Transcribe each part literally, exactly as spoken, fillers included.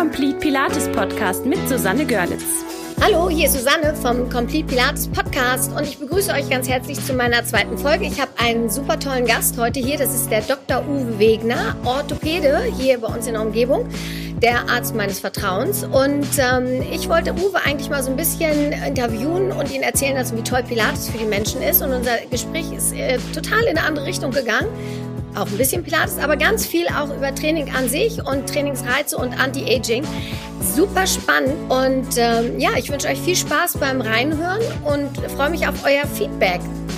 Complete Pilates Podcast mit Susanne Görlitz. Hallo, hier ist Susanne vom Complete Pilates Podcast und ich begrüße euch ganz herzlich zu meiner zweiten Folge. Ich habe einen super tollen Gast heute hier, das ist der Doktor Uwe Wegner, Orthopäde hier bei uns in der Umgebung, der Arzt meines Vertrauens. Und ähm, ich wollte Uwe eigentlich mal so ein bisschen interviewen und ihn erzählen, also wie toll Pilates für die Menschen ist. Und unser Gespräch ist äh, total in eine andere Richtung gegangen. Auch ein bisschen Pilates, aber ganz viel auch über Training an sich und Trainingsreize und Anti-Aging. Super spannend und ähm, ja, ich wünsche euch viel Spaß beim Reinhören und freue mich auf euer Feedback.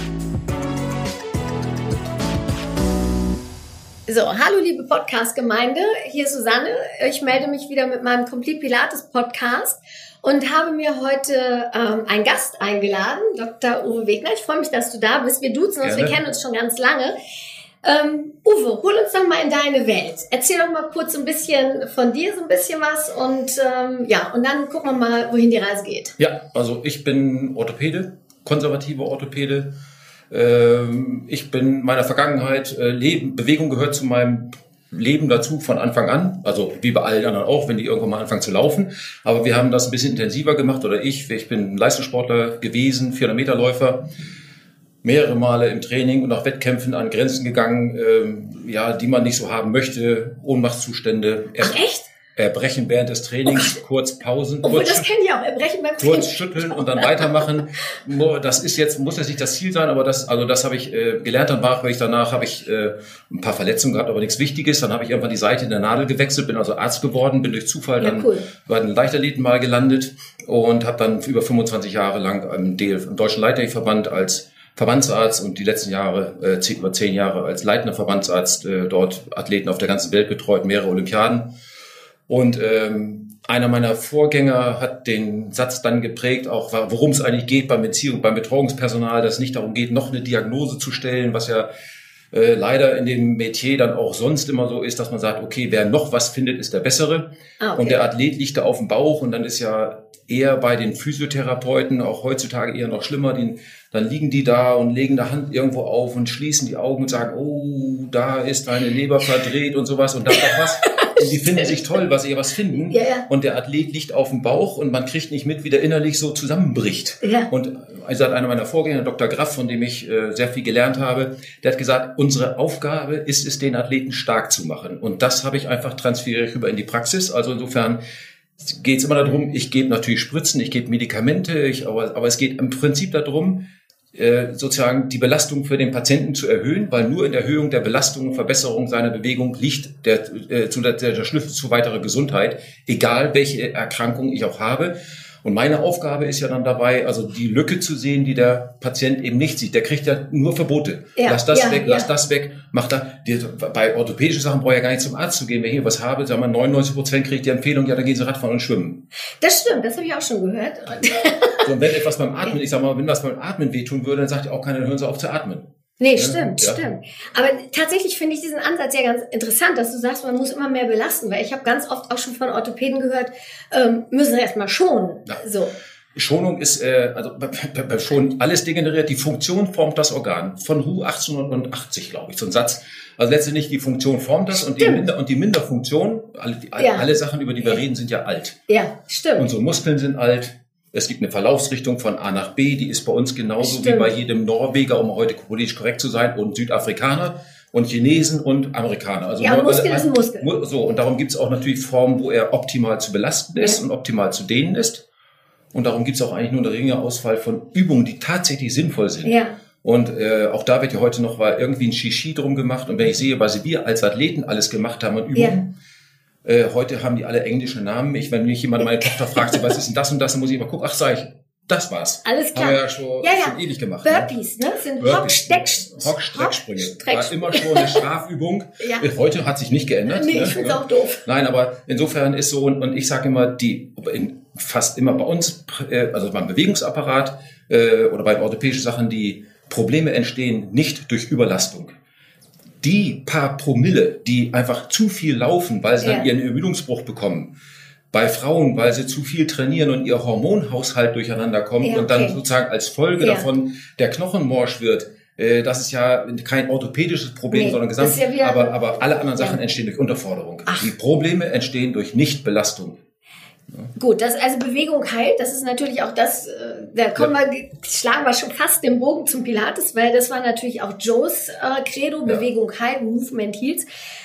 So, hallo liebe Podcast-Gemeinde, hier ist Susanne. Ich melde mich wieder mit meinem Complete Pilates Podcast und habe mir heute ähm, einen Gast eingeladen, Doktor Uwe Wegner. Ich freue mich, dass du da bist. Wir duzen uns, wir kennen uns schon ganz lange. Ähm, Uwe, hol uns doch mal in deine Welt. Erzähl doch mal kurz ein bisschen von dir, so ein bisschen was und ähm, ja, und dann gucken wir mal, wohin die Reise geht. Ja, also ich bin Orthopäde, konservativer Orthopäde. Ähm, ich bin meiner Vergangenheit, äh, Leben, Bewegung gehört zu meinem Leben dazu von Anfang an, also wie bei allen anderen auch, wenn die irgendwann mal anfangen zu laufen. Aber wir haben das ein bisschen intensiver gemacht, oder ich, ich bin Leistungssportler gewesen, vierhundert Meter Läufer. Mehrere Male im Training und auch Wettkämpfen an Grenzen gegangen, ähm, ja, die man nicht so haben möchte. Ohnmachtszustände. Ach, echt? Erbrechen während des Trainings, oh, kurz Pausen. Obwohl, kurz das kenne ich auch, Erbrechen beim Training. Kurz schütteln und dann weitermachen. Das ist jetzt, muss jetzt nicht das Ziel sein, aber das, also das habe ich äh, gelernt. Dann war ich danach, habe ich äh, ein paar Verletzungen gehabt, aber nichts Wichtiges. Dann habe ich irgendwann die Seite in der Nadel gewechselt, bin also Arzt geworden, bin durch Zufall ja, dann cool. bei den Leichtathleten mal gelandet und habe dann über fünfundzwanzig Jahre lang im D L F, im Deutschen Leichtathletikverband als Verbandsarzt und die letzten Jahre, äh, über zehn Jahre als leitender Verbandsarzt äh, dort Athleten auf der ganzen Welt betreut, mehrere Olympiaden. Und ähm, einer meiner Vorgänger hat den Satz dann geprägt, auch worum es eigentlich geht beim Beziehung, beim Betreuungspersonal, dass es nicht darum geht, noch eine Diagnose zu stellen, was ja äh, leider in dem Metier dann auch sonst immer so ist, dass man sagt, okay, wer noch was findet, ist der Bessere. Ah, okay. Und der Athlet liegt da auf dem Bauch und dann ist ja eher bei den Physiotherapeuten, auch heutzutage eher noch schlimmer, den, dann liegen die da und legen eine Hand irgendwo auf und schließen die Augen und sagen, oh, da ist deine Leber verdreht und sowas und da noch was. Und die finden sich toll, was sie was finden. Ja, ja. Und der Athlet liegt auf dem Bauch und man kriegt nicht mit, wie der innerlich so zusammenbricht. Ja. Und also hat einer meiner Vorgänger, Doktor Graff, von dem ich äh, sehr viel gelernt habe, der hat gesagt, unsere Aufgabe ist es, den Athleten stark zu machen. Und das habe ich einfach transferiert rüber in die Praxis. Also insofern geht es immer darum, ich gebe natürlich Spritzen, ich gebe Medikamente, ich, aber, aber es geht im Prinzip darum, äh, sozusagen die Belastung für den Patienten zu erhöhen, weil nur in der Erhöhung der Belastung und Verbesserung seiner Bewegung liegt der, äh, zu der, der Schlüssel zu weiterer Gesundheit, egal welche Erkrankung ich auch habe. Und meine Aufgabe ist ja dann dabei, also die Lücke zu sehen, die der Patient eben nicht sieht. Der kriegt ja nur Verbote. Ja, lass das ja, weg, ja. lass das weg, mach da. Die, bei orthopädischen Sachen brauche ich ja gar nicht zum Arzt zu gehen. Wenn ich hier was habe, sagen wir neunundneunzig Prozent kriegt die Empfehlung, ja, dann gehen Sie Radfahren und schwimmen. Das stimmt, das habe ich auch schon gehört. So, und wenn etwas beim Atmen, ich sag mal, wenn was beim Atmen wehtun würde, dann sagt ja auch keiner, dann hören Sie auf zu atmen. Nee, stimmt, ja. stimmt. Aber tatsächlich finde ich diesen Ansatz ja ganz interessant, dass du sagst, man muss immer mehr belasten, weil ich habe ganz oft auch schon von Orthopäden gehört, ähm, müssen sie erstmal schonen. Ja. So. Schonung ist, äh, also bei, bei, bei Schonen alles degeneriert, die Funktion formt das Organ. Von Hu achtzehnhundertachtzig, glaube ich, so ein Satz. Also letztendlich die Funktion formt das und die, Minder, und die Minderfunktion, alle, die, ja. alle Sachen, über die wir reden, sind ja alt. Ja, stimmt. Unsere Muskeln sind alt. Es gibt eine Verlaufsrichtung von A nach B, die ist bei uns genauso Stimmt. wie bei jedem Norweger, um heute politisch korrekt zu sein, und Südafrikaner und Chinesen und Amerikaner. Also ja, Muskel ist ein Muskel. So, und darum gibt es auch natürlich Formen, wo er optimal zu belasten ist ja. und optimal zu dehnen ist. Und darum gibt es auch eigentlich nur eine geringe Auswahl von Übungen, die tatsächlich sinnvoll sind. Ja. Und äh, auch da wird ja heute noch mal irgendwie ein Shishi drum gemacht. Und wenn ich sehe, was wir als Athleten alles gemacht haben an Übungen, ja. Äh, heute haben die alle englische Namen. Ich, wenn mich jemand meine Tochter fragt, was ist denn das und das, dann muss ich immer gucken, ach, sag ich, das war's. Alles klar. Haben wir ja schon, ja, ja. schon ewig gemacht. Burpees, ne? Sind Hockstrecksprünge. Hockstrecksprünge. War immer schon eine Strafübung. Ja. Heute hat sich nicht geändert. Nee, ne? ich find's auch doof. Nein, aber insofern ist so, und, und ich sage immer, die in, fast immer bei uns, äh, also beim Bewegungsapparat äh, oder bei orthopädischen Sachen, die Probleme entstehen nicht durch Überlastung. Die paar Promille, die einfach zu viel laufen, weil sie ja. dann ihren Ermüdungsbruch bekommen, bei Frauen, weil sie zu viel trainieren und ihr Hormonhaushalt durcheinander kommt ja, okay. und dann sozusagen als Folge ja. davon der Knochen morsch wird, äh, das ist ja kein orthopädisches Problem, nee, sondern gesamt. Ja wieder, aber, aber alle anderen Sachen ja. entstehen durch Unterforderung. Ach. Die Probleme entstehen durch Nichtbelastung. Ja. Gut, das, also Bewegung heilt, das ist natürlich auch das, da kommen ja. wir, schlagen wir schon fast den Bogen zum Pilates, weil das war natürlich auch Joes äh, Credo, ja. Bewegung heilt, Movement heals.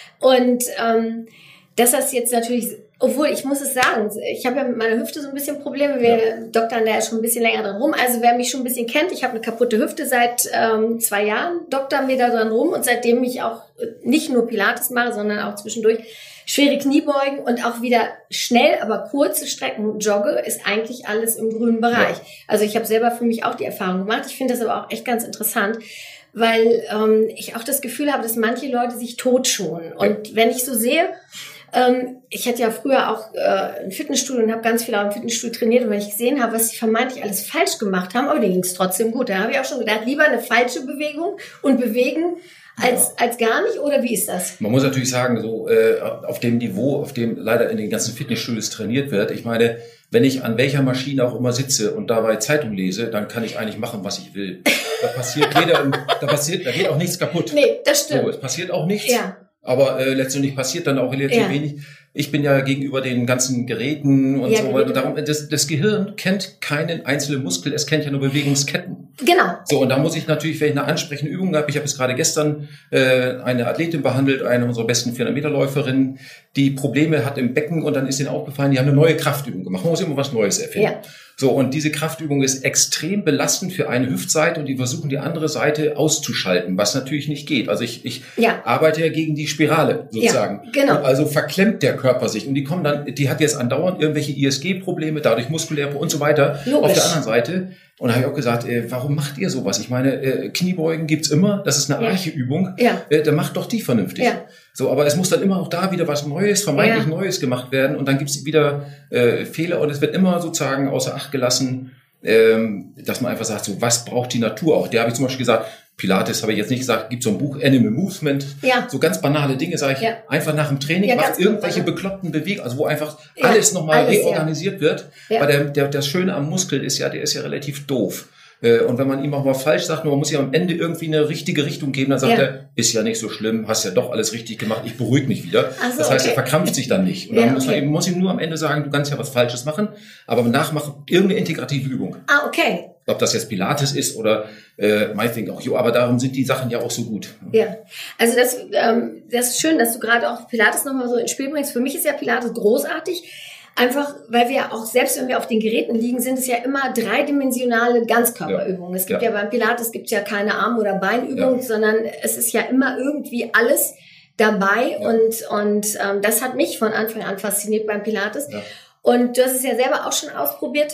Und ähm, das ist jetzt natürlich, obwohl ich muss es sagen, ich habe ja mit meiner Hüfte so ein bisschen Probleme, wir ja. doktern da ja schon ein bisschen länger dran rum, also wer mich schon ein bisschen kennt, ich habe eine kaputte Hüfte seit ähm, zwei Jahren, doktern wir da dran rum und seitdem ich auch nicht nur Pilates mache, sondern auch zwischendurch schwere Kniebeugen und auch wieder schnell, aber kurze Strecken jogge, ist eigentlich alles im grünen Bereich. Ja. Also ich habe selber für mich auch die Erfahrung gemacht. Ich finde das aber auch echt ganz interessant, weil ähm, ich auch das Gefühl habe, dass manche Leute sich totschonen. Und ja. wenn ich so sehe, ähm, ich hatte ja früher auch äh, ein Fitnessstudio und habe ganz viel auch im Fitnessstudio trainiert. Und wenn ich gesehen habe, was die vermeintlich alles falsch gemacht haben, aber denen ging es trotzdem gut. Da habe ich auch schon gedacht, lieber eine falsche Bewegung und bewegen, Als, ja. als gar nicht, oder wie ist das? Man muss natürlich sagen, so äh, auf dem Niveau, auf dem leider in den ganzen Fitnessstudios trainiert wird, ich meine, wenn ich an welcher Maschine auch immer sitze und dabei Zeitung lese, dann kann ich eigentlich machen, was ich will. Da passiert weder, da passiert, da geht auch nichts kaputt. Nee, das stimmt. So, es passiert auch nichts. Ja. Aber äh, letztendlich passiert dann auch relativ ja. wenig. Ich bin ja gegenüber den ganzen Geräten und ja, so weiter. Darum, das, das Gehirn kennt keinen einzelnen Muskel, es kennt ja nur Bewegungsketten. Genau. So, und da muss ich natürlich, wenn ich eine ansprechende Übung habe, ich habe jetzt gerade gestern äh, eine Athletin behandelt, eine unserer besten vierhundert Meter Läuferinnen, die Probleme hat im Becken und dann ist ihnen aufgefallen, die haben eine neue Kraftübung gemacht. Man muss immer was Neues erfinden. Ja. So, und diese Kraftübung ist extrem belastend für eine Hüftseite und die versuchen die andere Seite auszuschalten, was natürlich nicht geht. Also ich, ich ja. arbeite ja gegen die Spirale sozusagen. Ja, genau. Und also verklemmt der Körper sich und die kommen dann, die hat jetzt andauernd irgendwelche I S G-Probleme, dadurch muskuläre und so weiter. Logisch. Auf der anderen Seite. Und da habe ich auch gesagt, äh, warum macht ihr sowas? Ich meine, äh, Kniebeugen gibt's immer, das ist eine ja. Arche-Übung. Ja. Äh, dann macht doch die vernünftig. Ja. So, aber es muss dann immer auch da wieder was Neues, vermeintlich ja. Neues gemacht werden und dann gibt's wieder äh, Fehler und es wird immer sozusagen außer Acht gelassen, ähm, dass man einfach sagt, so was braucht die Natur auch? Der habe ich zum Beispiel gesagt, Pilates habe ich jetzt nicht gesagt, gibt so ein Buch, Animal Movement, ja. so ganz banale Dinge, sage ich, ja. einfach nach dem Training, ja, macht irgendwelche gut, bekloppten Bewegungen, also wo einfach ja, alles nochmal reorganisiert ja. wird, ja. weil der, der, das Schöne am Muskel ist ja, der ist ja relativ doof. Und wenn man ihm auch mal falsch sagt, nur man muss ihm am Ende irgendwie eine richtige Richtung geben, dann sagt ja. er, ist ja nicht so schlimm, hast ja doch alles richtig gemacht, ich beruhige mich wieder. So, das heißt, okay. er verkrampft sich dann nicht. Und dann ja, muss man okay. eben, muss ihm nur am Ende sagen, du kannst ja was Falsches machen, aber danach mach irgendeine integrative Übung. Ah, okay. Ob das jetzt Pilates ist oder äh, meinetwegen auch, jo, aber darum sind die Sachen ja auch so gut. Ja, also das, ähm, das ist schön, dass du gerade auch Pilates nochmal so ins Spiel bringst. Für mich ist ja Pilates großartig. Einfach, weil wir auch, selbst wenn wir auf den Geräten liegen, sind es ja immer dreidimensionale Ganzkörperübungen. Ja. Es gibt ja. ja beim Pilates gibt's ja keine Arm- oder Beinübung, ja. sondern es ist ja immer irgendwie alles dabei. Ja. Und, und ähm, das hat mich von Anfang an fasziniert beim Pilates. Ja. Und du hast es ja selber auch schon ausprobiert.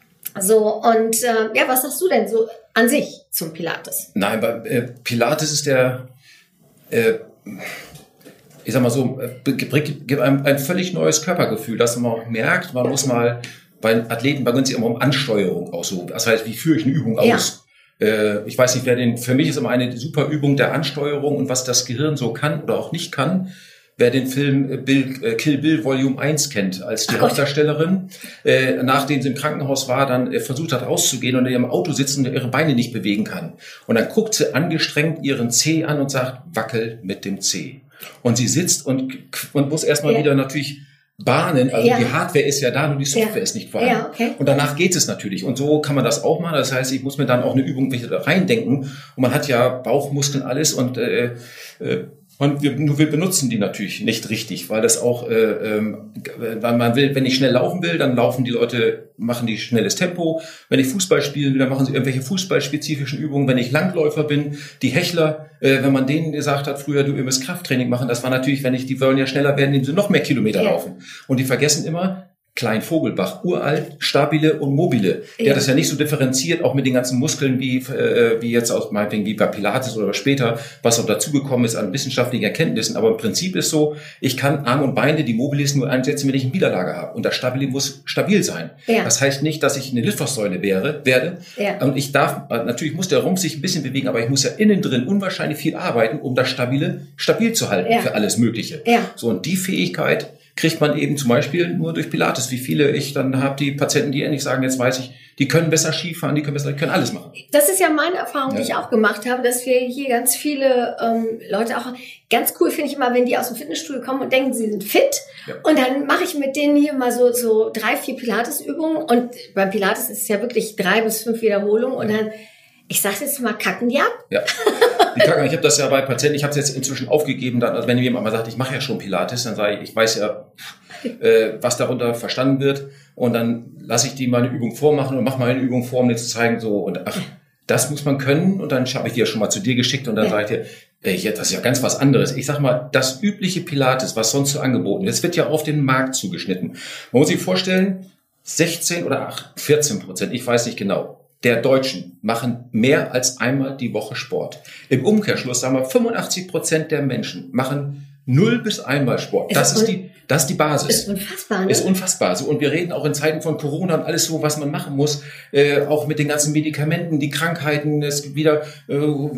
So, und äh, ja, was sagst du denn so an sich zum Pilates? Nein, bei äh, Pilates ist der... Äh, ich sag mal so, gibt einem ein völlig neues Körpergefühl, dass man auch merkt, man muss mal bei Athleten, bei uns immer um Ansteuerung auch so. Das heißt, wie führe ich eine Übung aus? Ja. Äh, ich weiß nicht, wer den, für mich ist immer eine super Übung der Ansteuerung und was das Gehirn so kann oder auch nicht kann. Wer den Film Bill, äh, Kill Bill Volume eins kennt, als die Ach Hauptdarstellerin, äh, nachdem sie im Krankenhaus war, dann äh, versucht hat rauszugehen und in ihrem Auto sitzt und ihre Beine nicht bewegen kann. Und dann guckt sie angestrengt ihren Zeh an und sagt, wackel mit dem Zeh. Und sie sitzt und, und muss erstmal ja. wieder natürlich bahnen. Also ja. die Hardware ist ja da, nur die Software ja. ist nicht vorhanden. Ja, okay. Und danach geht es natürlich. Und so kann man das auch machen. Das heißt, ich muss mir dann auch eine Übung wieder reindenken. Und man hat ja Bauchmuskeln, alles. Und äh, äh, Und wir, nur wir benutzen die natürlich nicht richtig, weil das auch, äh, ähm, weil man will, wenn ich schnell laufen will, dann laufen die Leute, machen die schnelles Tempo. Wenn ich Fußball spielen will, dann machen sie irgendwelche fußballspezifischen Übungen. Wenn ich Langläufer bin, die Hechler, äh, wenn man denen gesagt hat, früher, du, ihr müsst Krafttraining machen, das war natürlich, wenn ich, die wollen ja schneller werden, indem sie noch mehr Kilometer ja. laufen. Und die vergessen immer, Klein Vogelbach, uralt, stabile und mobile. Der ja. hat das ja nicht so differenziert, auch mit den ganzen Muskeln, wie äh, wie jetzt aus meinetwegen wie bei Pilates oder später, was auch dazugekommen ist an wissenschaftlichen Erkenntnissen. Aber im Prinzip ist so, ich kann Arme und Beine, die Mobilis nur einsetzen, wenn ich eine Widerlage habe. Und das Stabile muss stabil sein. Ja. Das heißt nicht, dass ich eine Litfaßsäule wäre, werde. Ja. Und ich darf, natürlich muss der Rumpf sich ein bisschen bewegen, aber ich muss ja innen drin unwahrscheinlich viel arbeiten, um das Stabile stabil zu halten ja. für alles Mögliche. Ja. So, und die Fähigkeit, kriegt man eben zum Beispiel nur durch Pilates. Wie viele ich dann habe, die Patienten, die endlich sagen, jetzt weiß ich, die können besser Skifahren, die können besser, die können alles machen. Das ist ja meine Erfahrung, ja. die ich auch gemacht habe, dass wir hier ganz viele ähm, Leute auch, ganz cool finde ich immer, wenn die aus dem Fitnessstudio kommen und denken, sie sind fit. Ja. Und dann mache ich mit denen hier mal so, so drei, vier Pilates-Übungen. Und beim Pilates ist es ja wirklich drei bis fünf Wiederholungen. Und dann, ich sage jetzt mal, kacken die ab. Ja. Die kacken, ich habe das ja bei Patienten, ich habe es jetzt inzwischen aufgegeben, dann, also wenn jemand mal sagt, ich mache ja schon Pilates, dann sage ich, ich weiß ja, äh, was darunter verstanden wird. Und dann lasse ich die mal eine Übung vormachen und mache mal eine Übung vor, um dir zu zeigen, so, und ach, das muss man können. Und dann habe ich die ja schon mal zu dir geschickt und dann ja. sage ich dir, ey, das ist ja ganz was anderes. Ich sag mal, das übliche Pilates, was sonst so angeboten wird, das wird ja auf den Markt zugeschnitten. Man muss sich vorstellen, sechzehn oder vierzehn Prozent, ich weiß nicht genau, der Deutschen machen mehr als einmal die Woche Sport. Im Umkehrschluss sagen wir, fünfundachtzig Prozent der Menschen machen null bis einmal Sport. Das ist die, das ist die Basis. Ist unfassbar, ne? Ist unfassbar. So, und wir reden auch in Zeiten von Corona und alles so, was man machen muss, äh, auch mit den ganzen Medikamenten, die Krankheiten. Es gibt wieder äh,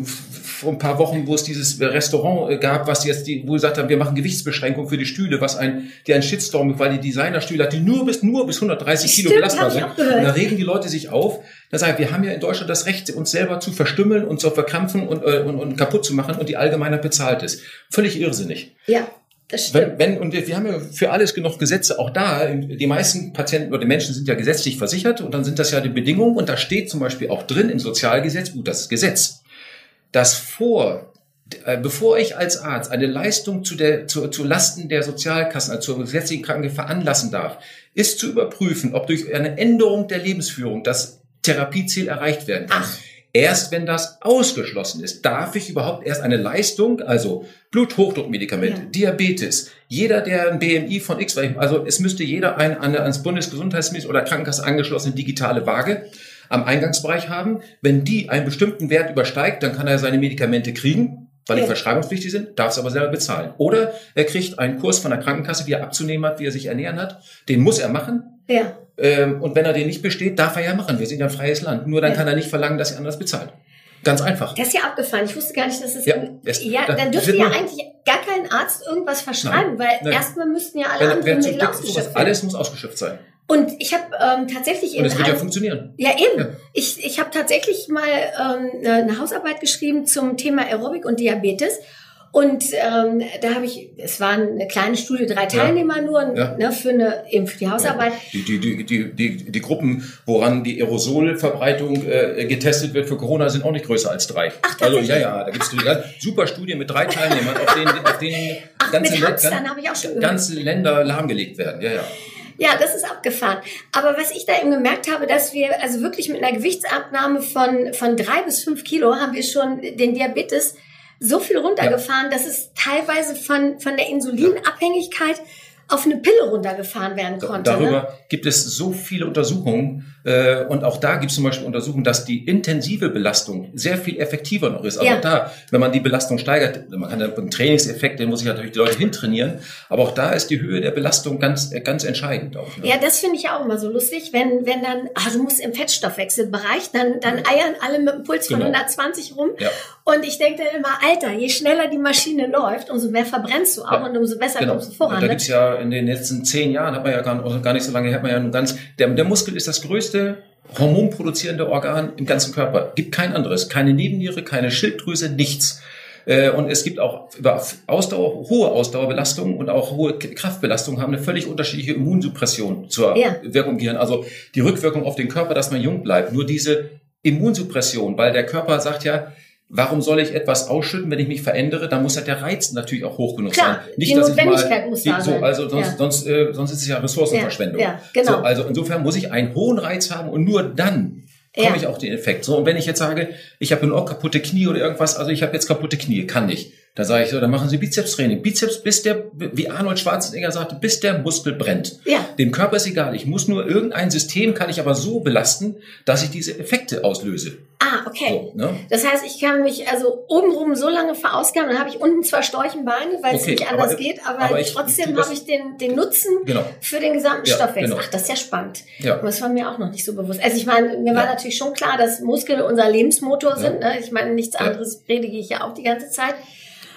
vor ein paar Wochen, wo es dieses Restaurant äh, gab, was jetzt die, wo gesagt haben, wir machen Gewichtsbeschränkung für die Stühle, was ein, die ein Shitstorm, weil die Designerstühle hat, die nur bis nur bis hundertdreißig Kilo belastbar sind. Und da regen die Leute sich auf. Das heißt, wir haben ja in Deutschland das Recht, uns selber zu verstümmeln und zu verkrampfen und, äh, und, und kaputt zu machen und die Allgemeiner bezahlt ist. Völlig irrsinnig. Ja, das stimmt. Wenn, wenn, und wir haben ja für alles genug Gesetze, auch da, die meisten Patienten oder die Menschen sind ja gesetzlich versichert und dann sind das ja die Bedingungen und da steht zum Beispiel auch drin im Sozialgesetz, gut, das ist Gesetz, dass vor, äh, bevor ich als Arzt eine Leistung zu der, zu, zu Lasten der Sozialkassen, also zur gesetzlichen Krankenkasse veranlassen darf, ist zu überprüfen, ob durch eine Änderung der Lebensführung das Therapieziel erreicht werden kann. Ach. Erst wenn das ausgeschlossen ist, darf ich überhaupt erst eine Leistung, also Bluthochdruckmedikamente, ja. Diabetes, jeder, der ein B M I von X, also es müsste jeder eine, eine ans Bundesgesundheitsministerium oder Krankenkasse angeschlossene digitale Waage am Eingangsbereich haben. Wenn die einen bestimmten Wert übersteigt, dann kann er seine Medikamente kriegen, weil die ja. verschreibungspflichtig sind, darf es aber selber bezahlen. Oder er kriegt einen Kurs von der Krankenkasse, wie er abzunehmen hat, wie er sich ernähren hat. Den muss er machen. Ja. Ähm, und wenn er den nicht besteht, darf er ja machen. Wir sind ja ein freies Land. Nur dann ja. kann er nicht verlangen, dass er anders bezahlt. Ganz einfach. Das ist ja abgefahren. Ich wusste gar nicht, dass es... Ja, es, ja dann dürfte ja eigentlich gar kein Arzt irgendwas verschreiben, nein, weil nein. erstmal müssten ja alle wenn, anderen Mittel ausgeschöpft werden. Alles muss ausgeschöpft sein. Und ich habe ähm, tatsächlich... Und es wird ja funktionieren. Ja, eben. Ja. Ich, ich habe tatsächlich mal ähm, eine Hausarbeit geschrieben zum Thema Aerobic und Diabetes. Und ähm, da habe ich, es war eine kleine Studie, drei Teilnehmer ja. nur, ja. ne, für eine eben für die Hausarbeit. Ja. Die, die, die, die, die Gruppen, woran die Aerosolverbreitung äh, getestet wird für Corona, sind auch nicht größer als drei. Ach, also ja, ja, da gibt es eine super Studie mit drei Teilnehmern, auf denen, auf denen Ach, ganze, mit Hamstern habe ich auch schon gehört. ganze Länder lahmgelegt werden. Ja, ja. Ja, das ist abgefahren. Aber was ich da eben gemerkt habe, dass wir also wirklich mit einer Gewichtsabnahme von von drei bis fünf Kilo haben wir schon den Diabetes so viel runtergefahren, ja. dass es teilweise von von der Insulinabhängigkeit auf eine Pille runtergefahren werden konnte. Darüber ne? gibt es so viele Untersuchungen äh, und auch da gibt es zum Beispiel Untersuchungen, dass die intensive Belastung sehr viel effektiver noch ist. Also ja. auch da, wenn man die Belastung steigert, man kann einen Trainingseffekt, den muss ich natürlich die Leute hintrainieren, aber auch da ist die Höhe der Belastung ganz ganz entscheidend auch. Ne? Ja, das finde ich auch immer so lustig, wenn wenn dann, ah, du musst im Fettstoffwechselbereich, dann dann eiern alle mit einem Puls von genau. hundertzwanzig rum ja. und ich denke dann immer, Alter, je schneller die Maschine läuft, umso mehr verbrennst du auch ja. und umso besser genau. kommst du voran. Und da gibt's ja in den letzten zehn Jahren, hat man ja gar, gar nicht so lange, hat man ja nun ganz, der, der Muskel ist das größte hormonproduzierende Organ im ganzen Körper. Gibt kein anderes, keine Nebenniere, keine Schilddrüse, nichts. Und es gibt auch über Ausdauer, hohe Ausdauerbelastung und auch hohe Kraftbelastung haben eine völlig unterschiedliche Immunsuppression zur ja. Wirkung im Gehirn. Also die Rückwirkung auf den Körper, dass man jung bleibt. Nur diese Immunsuppression, weil der Körper sagt ja, warum soll ich etwas ausschütten, wenn ich mich verändere? Dann muss ja der Reiz natürlich auch hoch genug Klar, sein. Nicht, die dass Notwendigkeit ich mal, muss die, da so, sein. Also sonst, ja. sonst, äh, sonst ist es ja Ressourcenverschwendung. Ja, ja, genau. So, also insofern muss ich einen hohen Reiz haben und nur dann komme ja. ich auf den Effekt. So, und wenn ich jetzt sage, ich habe nur kaputte Knie oder irgendwas, also ich habe jetzt kaputte Knie, kann nicht. Da sage ich so, dann machen Sie Bizepstraining. Bizeps, bis der, wie Arnold Schwarzenegger sagte, bis der Muskel brennt. Ja. Dem Körper ist egal. Ich muss nur irgendein System, kann ich aber so belasten, dass ich diese Effekte auslöse. Ah, okay. So, ne? Das heißt, ich kann mich also obenrum so lange verausgaben, dann habe ich unten zwar Storchenbeine, weil es okay, nicht anders aber, geht, aber, aber ich, trotzdem das, habe ich den, den Nutzen genau. für den gesamten ja, Stoffwechsel. Genau. Ach, das ist ja spannend. Ja. Das war mir auch noch nicht so bewusst. Also ich meine, mir ja. war natürlich schon klar, dass Muskeln unser Lebensmotor ja. sind. Ne? Ich meine, nichts ja. anderes predige ich ja auch die ganze Zeit.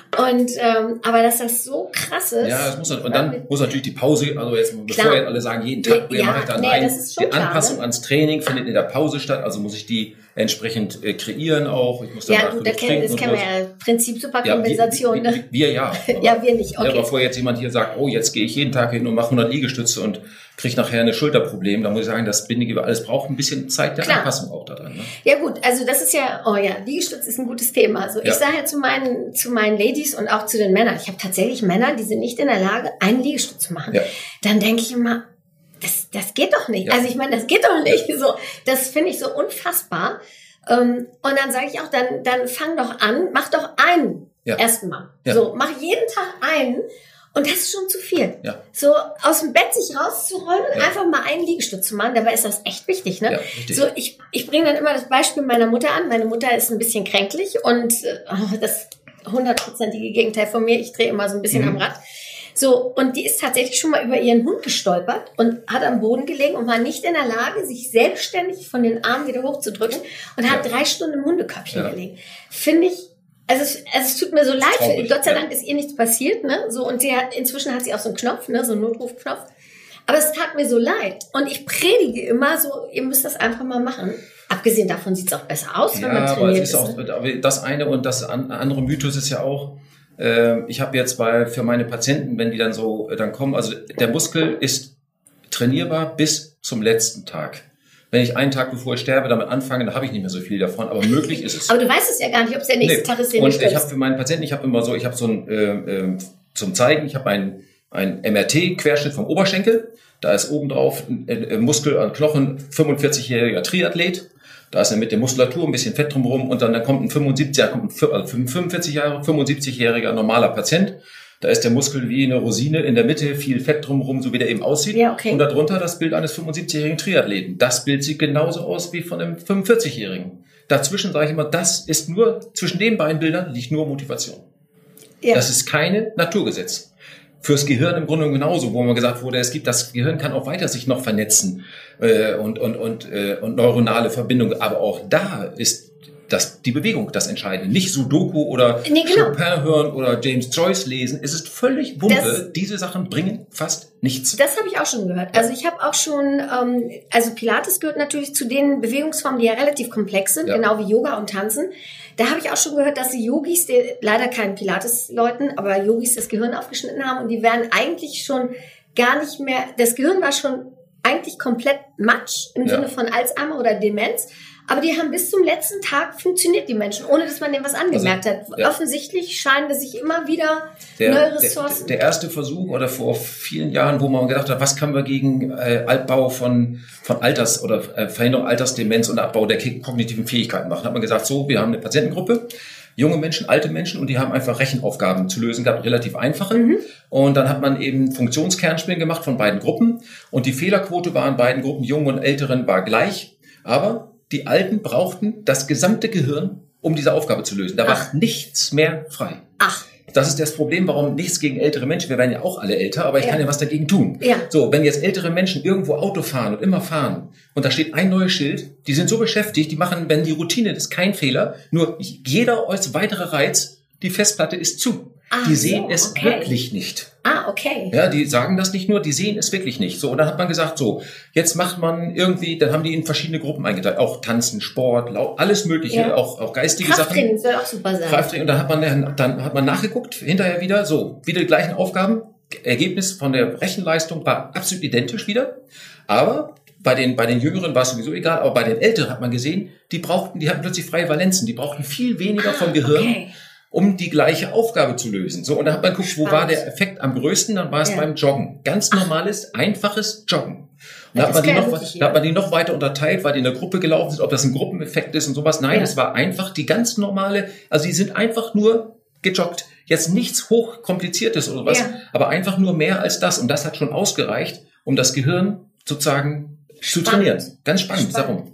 Und ähm, aber dass das so krass ist. Ja, das muss und dann muss natürlich die Pause, also jetzt bevor jetzt alle sagen, jeden Tag ja, mache ich dann nee, ein, das ist schon die klar, Anpassung ne? ans Training findet in der Pause statt, also muss ich die entsprechend äh, kreieren auch. Ich muss dann ja, gut, da kenn, das kennen wir ja. Prinzip Superkompensation. Ja, wir, ne? wir, wir ja. ja, wir nicht. Okay. Ja, aber bevor jetzt jemand hier sagt, oh, jetzt gehe ich jeden Tag hin und mache hundert Liegestütze und kriege nachher eine Schulterproblem, dann muss ich sagen, das Bindegelenk alles braucht ein bisschen Zeit der Klar. Anpassung auch da dran. Ne? Ja gut, also das ist ja, oh ja, Liegestütz ist ein gutes Thema. Also ja. ich sage ja zu meinen, zu meinen Ladies und auch zu den Männern, ich habe tatsächlich Männer, die sind nicht in der Lage, einen Liegestütz zu machen. Ja. Dann denke ich immer, das, das geht doch nicht. Ja. Also ich meine, das geht doch nicht. So, das finde ich so unfassbar. Und dann sage ich auch, dann, dann fang doch an, mach doch einen ja. erstmal. Ja. So, mach jeden Tag einen. Und das ist schon zu viel. Ja. So aus dem Bett sich rauszurollen und ja. einfach mal einen Liegestütz zu machen, dabei ist das echt wichtig. Ne? Ja, richtig. So, ich, ich bringe dann immer das Beispiel meiner Mutter an. Meine Mutter ist ein bisschen kränklich und oh, das hundertprozentige Gegenteil von mir. Ich drehe immer so ein bisschen mhm. am Rad. So, und die ist tatsächlich schon mal über ihren Hund gestolpert und hat am Boden gelegen und war nicht in der Lage, sich selbstständig von den Armen wieder hochzudrücken und ja. hat drei Stunden im Hundeköpfchen ja. gelegen. Finde ich, also es, also es tut mir so leid. Traurig, Gott sei ja. Dank ist ihr nichts passiert, ne? So, und sie hat, inzwischen hat sie auch so einen Knopf, ne? So einen Notrufknopf. Aber es tat mir so leid. Und ich predige immer so, ihr müsst das einfach mal machen. Abgesehen davon sieht es auch besser aus, wenn ja, man trainiert aber es ist. ist, auch, ne? aber das eine und das andere Mythos ist ja auch, äh, ich habe jetzt bei, für meine Patienten, wenn die dann so äh, dann kommen, also der Muskel ist trainierbar bis zum letzten Tag. Wenn ich einen Tag bevor ich sterbe damit anfange, dann habe ich nicht mehr so viel davon, aber möglich ist es. Aber du weißt es ja gar nicht, ob es der nächste nee. Tag ist, den Und du stirbst. ich habe für meinen Patienten, ich habe immer so, ich habe so ein äh, äh, zum Zeigen, ich habe ein ein M R T-Querschnitt vom Oberschenkel. Da ist oben drauf ein, ein Muskel an Knochen, fünfundvierzigjähriger Triathlet. Da ist er mit der Muskulatur ein bisschen Fett drumherum und dann, dann kommt ein fünfundsiebziger, kommt ein, also fünfundvierzig Jahre, fünfundsiebzigjähriger normaler Patient. Da ist der Muskel wie eine Rosine in der Mitte, viel Fett drumherum, so wie der eben aussieht. Ja, okay. Und darunter das Bild eines fünfundsiebzigjährigen Triathleten. Das Bild sieht genauso aus wie von einem fünfundvierzigjährigen. Dazwischen sage ich immer, das ist nur, zwischen den beiden Bildern liegt nur Motivation. Ja. Das ist keine Naturgesetz. Fürs Gehirn im Grunde genauso, wo man gesagt wurde, es gibt, das Gehirn kann auch weiter sich noch vernetzen äh, und, und, und, äh, und neuronale Verbindungen. Aber auch da ist das, die Bewegung das Entscheidende. Nicht Sudoku oder nee, genau. Chopin hören oder James Joyce lesen. Es ist völlig Wumpe. Das, Diese Sachen bringen fast nichts. Das habe ich auch schon gehört. Also ich habe auch schon, ähm, also Pilates gehört natürlich zu den Bewegungsformen, die ja relativ komplex sind, ja. genau wie Yoga und Tanzen. Da habe ich auch schon gehört, dass die Yogis, die, leider keinen Pilates-Leuten, aber Yogis das Gehirn aufgeschnitten haben und die wären eigentlich schon gar nicht mehr, das Gehirn war schon eigentlich komplett matsch im ja. Sinne von Alzheimer oder Demenz. Aber die haben bis zum letzten Tag funktioniert, die Menschen, ohne dass man denen was angemerkt also, hat. Ja. Offensichtlich scheinen sich immer wieder der, neue Ressourcen. Der, der erste Versuch oder vor vielen Jahren, wo man gedacht hat, was können wir gegen äh, Abbau von, von Alters- oder äh, Verhinderung Altersdemenz und Abbau der kognitiven Fähigkeiten machen, hat man gesagt, so, wir haben eine Patientengruppe, junge Menschen, alte Menschen, und die haben einfach Rechenaufgaben zu lösen gehabt, relativ einfache. Mhm. Und dann hat man eben Funktionskernspielen gemacht von beiden Gruppen. Und die Fehlerquote war in beiden Gruppen, Jungen und Älteren, war gleich. Aber die Alten brauchten das gesamte Gehirn, um diese Aufgabe zu lösen. Da Ach. war nichts mehr frei. Ach. Das ist das Problem, warum nichts gegen ältere Menschen. Wir werden ja auch alle älter, aber ich ja. kann ja was dagegen tun. Ja. So, wenn jetzt ältere Menschen irgendwo Auto fahren und immer fahren und da steht ein neues Schild, die sind so beschäftigt, die machen, wenn die Routine ist, kein Fehler, nur jeder weitere Reiz, die Festplatte ist zu. Ah, die sehen so, es okay. wirklich nicht. Ah, okay. Ja, die sagen das nicht nur, die sehen es wirklich nicht. So, und dann hat man gesagt, so, jetzt macht man irgendwie, dann haben die in verschiedene Gruppen eingeteilt, auch Tanzen, Sport, Lau- alles Mögliche, ja. auch, auch geistige Krafttraining Sachen. soll auch super sein. Krafttraining, und dann hat man, dann hat man nachgeguckt, hinterher wieder, so, wieder die gleichen Aufgaben. Ergebnis von der Rechenleistung war absolut identisch wieder. Aber bei den, bei den Jüngeren war es sowieso egal, aber bei den Älteren hat man gesehen, die brauchten, die hatten plötzlich freie Valenzen, die brauchten viel weniger ah, vom Gehirn. Okay. um die gleiche Aufgabe zu lösen. So, und dann hat man geguckt, wo war der Effekt am größten, dann war es ja. beim Joggen. Ganz normales, einfaches Joggen. Und da hat, man die noch, da hat man die noch weiter unterteilt, weil die in der Gruppe gelaufen sind, ob das ein Gruppeneffekt ist und sowas. Nein, ja. es war einfach die ganz normale, also die sind einfach nur gejoggt. Jetzt nichts hochkompliziertes oder was, ja. aber einfach nur mehr als das. Und das hat schon ausgereicht, um das Gehirn sozusagen spannend. zu trainieren. Ganz spannend, spannend. Darum.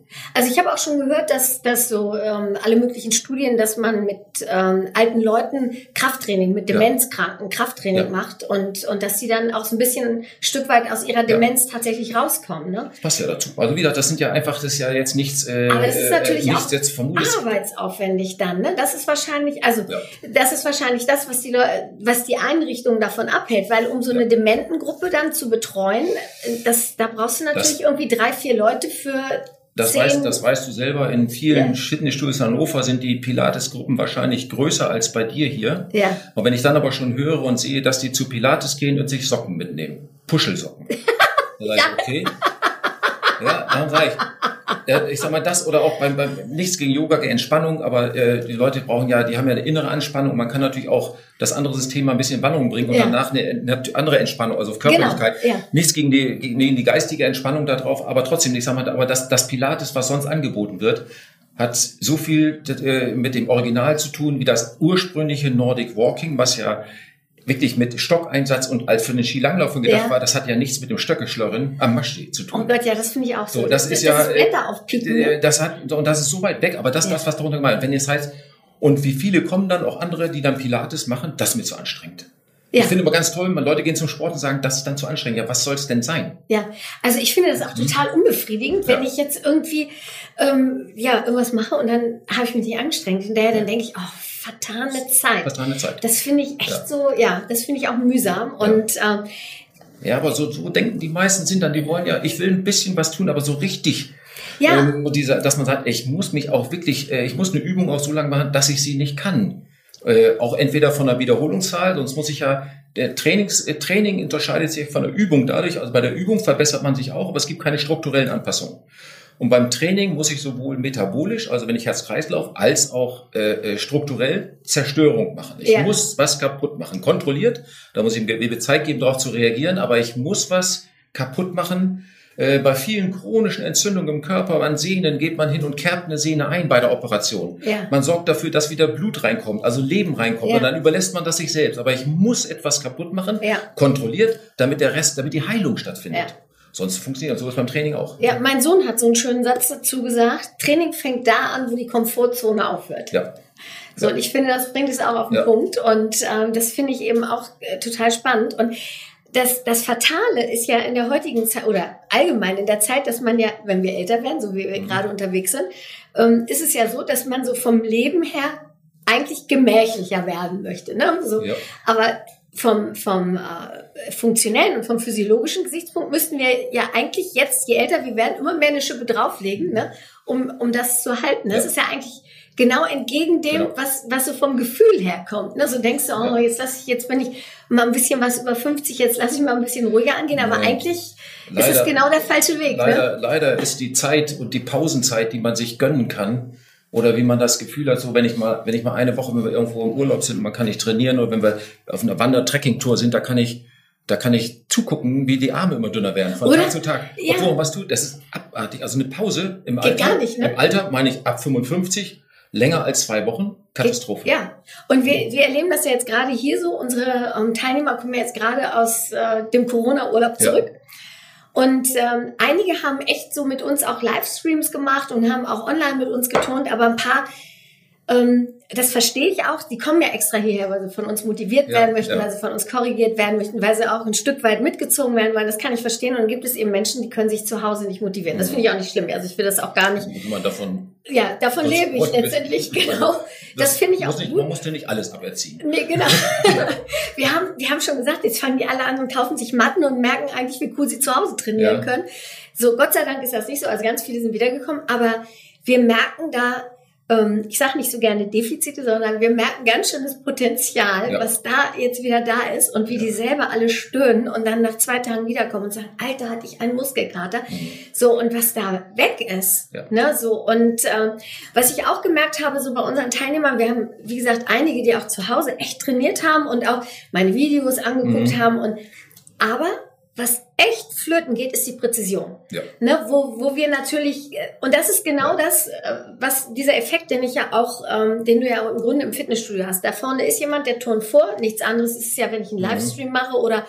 Also ich habe auch schon gehört, dass, dass so ähm, alle möglichen Studien, dass man mit ähm, alten Leuten Krafttraining, mit Demenzkranken Krafttraining ja. macht und, und dass sie dann auch so ein bisschen ein Stück weit aus ihrer Demenz ja. tatsächlich rauskommen. Ne? Das passt ja dazu. Also wie gesagt, das sind ja einfach, das ist ja jetzt nichts, äh, aber das ist natürlich äh, nichts auch jetzt vermutlich arbeitsaufwendig dann. Ne? Das ist wahrscheinlich, also ja. das ist wahrscheinlich das, was die Leute, was die Einrichtung davon abhält, weil um so eine ja. Dementengruppe dann zu betreuen, das, da brauchst du natürlich das, irgendwie drei, vier Leute für Das weißt, das weißt du selber, in vielen ja. Fitnessstudios in Hannover sind die Pilates-Gruppen wahrscheinlich größer als bei dir hier. Ja. Und wenn ich dann aber schon höre und sehe, dass die zu Pilates gehen und sich Socken mitnehmen, Puschelsocken, dann sage ich, okay, ja, dann sage ich, ja, ich sag mal das oder auch beim, beim nichts gegen Yoga, gegen Entspannung, aber äh, die Leute brauchen ja, die haben ja eine innere Anspannung. Man kann natürlich auch das andere System mal ein bisschen in Wallung bringen und ja. danach eine, eine andere Entspannung, also Körperlichkeit. Genau, ja. Nichts gegen die, gegen die geistige Entspannung da drauf, aber trotzdem, ich sag mal, aber das, das Pilates, was sonst angeboten wird, hat so viel äh, mit dem Original zu tun, wie das ursprüngliche Nordic Walking, was ja wirklich mit Stockeinsatz und als für den Skilanglauf gedacht ja. war, das hat ja nichts mit dem Stöckeschlörren am Maschsee zu tun. Oh Gott, ja, das finde ich auch so. so das, das ist das ja, ist Blätter aufpicken. Äh, das hat, und das ist so weit weg, aber das ist ja. das, was darunter gemeint. Wenn jetzt heißt, und wie viele kommen dann auch andere, die dann Pilates machen, das ist mir zu anstrengend. Ja. Ich finde immer ganz toll, wenn Leute gehen zum Sport und sagen, das ist dann zu anstrengend. Ja, was soll es denn sein? Ja, also ich finde das auch total unbefriedigend, wenn ja. ich jetzt irgendwie ähm, ja irgendwas mache und dann habe ich mich nicht angestrengt. Und daher ja. dann denke ich, oh, vertane Zeit. Vertane Zeit. Das finde ich echt ja. so, ja, das finde ich auch mühsam. Ja. Und ähm, ja, aber so, so denken die meisten sind dann, die wollen ja, ich will ein bisschen was tun, aber so richtig. Ja. Ähm, dieser, dass man sagt, ich muss mich auch wirklich, äh, ich muss eine Übung auch so lange machen, dass ich sie nicht kann. Äh, auch entweder von der Wiederholungszahl, sonst muss ich ja, der Trainings, äh, Training unterscheidet sich von der Übung dadurch, also bei der Übung verbessert man sich auch, aber es gibt keine strukturellen Anpassungen. Und beim Training muss ich sowohl metabolisch, also wenn ich Herz-Kreislauf, als auch äh, strukturell Zerstörung machen. Ich ja. muss was kaputt machen. Kontrolliert, da muss ich dem Gewebe Zeit geben, darauf zu reagieren, aber ich muss was kaputt machen. Äh, bei vielen chronischen Entzündungen im Körper, an Sehnen, geht man hin und kerbt eine Sehne ein bei der Operation. Ja. Man sorgt dafür, dass wieder Blut reinkommt, also Leben reinkommt, ja. und dann überlässt man das sich selbst. Aber ich muss etwas kaputt machen, ja. kontrolliert, damit der Rest, damit die Heilung stattfindet. Ja. Sonst funktioniert sowas beim Training auch. Ja, mein Sohn hat so einen schönen Satz dazu gesagt. Training fängt da an, wo die Komfortzone aufhört. Ja. So, ja. und ich finde, das bringt es auch auf den ja. Punkt. Und ähm, das finde ich eben auch äh, total spannend. Und das, das Fatale ist ja in der heutigen Zeit, oder allgemein in der Zeit, dass man ja, wenn wir älter werden, so wie wir mhm. gerade unterwegs sind, ähm, ist es ja so, dass man so vom Leben her eigentlich gemächlicher werden möchte. Ne? So, ja. Aber vom, vom äh, funktionellen und vom physiologischen Gesichtspunkt müssten wir ja eigentlich jetzt, je älter wir werden, immer mehr eine Schippe drauflegen, ne, um, um das zu halten. Das ja. ist ja eigentlich genau entgegen dem, genau. was, was so vom Gefühl her kommt. Ne? So denkst du, oh, jetzt lass ich, jetzt bin ich mal ein bisschen was über fünfzig, jetzt lass ich mal ein bisschen ruhiger angehen, aber ja. eigentlich leider, ist es genau der falsche Weg. Leider, ne? leider ist die Zeit und die Pausenzeit, die man sich gönnen kann, oder wie man das Gefühl hat, so wenn ich mal, wenn ich mal eine Woche, wenn wir irgendwo im Urlaub sind, man kann nicht trainieren, oder wenn wir auf einer Wander-Trekking-Tour sind, da kann ich, da kann ich zugucken, wie die Arme immer dünner werden, von oder? Tag zu Tag. Ja. Obwohl, was tut, das ist abartig. Also eine Pause im Geht Alter, gar nicht, ne? Im Alter meine ich ab fünfundfünfzig, länger als zwei Wochen, Katastrophe. Geht, ja. Und wir, wir erleben das ja jetzt gerade hier so. Unsere ähm, Teilnehmer kommen ja jetzt gerade aus äh, dem Corona-Urlaub zurück. Ja. Und ähm, einige haben echt so mit uns auch Livestreams gemacht und haben auch online mit uns geturnt, aber ein paar, ähm, das verstehe ich auch, die kommen ja extra hierher, weil sie von uns motiviert ja, werden möchten, ja. weil sie von uns korrigiert werden möchten, weil sie auch ein Stück weit mitgezogen werden, weil das kann ich verstehen. Und dann gibt es eben Menschen, die können sich zu Hause nicht motivieren. Das finde ich auch nicht schlimm. Also ich will das auch gar nicht. Muss man davon ja, davon lebe ich letztendlich, genau. Das, das finde ich auch nicht, gut. Man muss ja nicht alles aberziehen. Nee, genau. wir haben, wir haben schon gesagt, jetzt fangen die alle an und kaufen sich Matten und merken eigentlich, wie cool sie zu Hause trainieren ja. können. So, Gott sei Dank ist das nicht so. Also ganz viele sind wiedergekommen, aber wir merken da, ähm, ich sage nicht so gerne Defizite, sondern wir merken ganz schön das Potenzial, ja. was da jetzt wieder da ist und wie ja. die selber alle stöhnen und dann nach zwei Tagen wiederkommen und sagen, Alter, hatte ich einen Muskelkater. Mhm. So, und was da weg ist. Ja. Ne, so, und ähm, was ich auch gemerkt habe, so bei unseren Teilnehmern, wir haben, wie gesagt, einige, die auch zu Hause echt trainiert haben und auch meine Videos angeguckt mhm. haben. Und aber was echt flöten geht, ist die Präzision. Ja. Ne, wo, wo wir natürlich, und das ist genau ja. das, was dieser Effekt, den ich ja auch, ähm, den du ja im Grunde im Fitnessstudio hast. Da vorne ist jemand, der turnt vor, nichts anderes ist es ja, wenn ich einen Livestream mhm. mache oder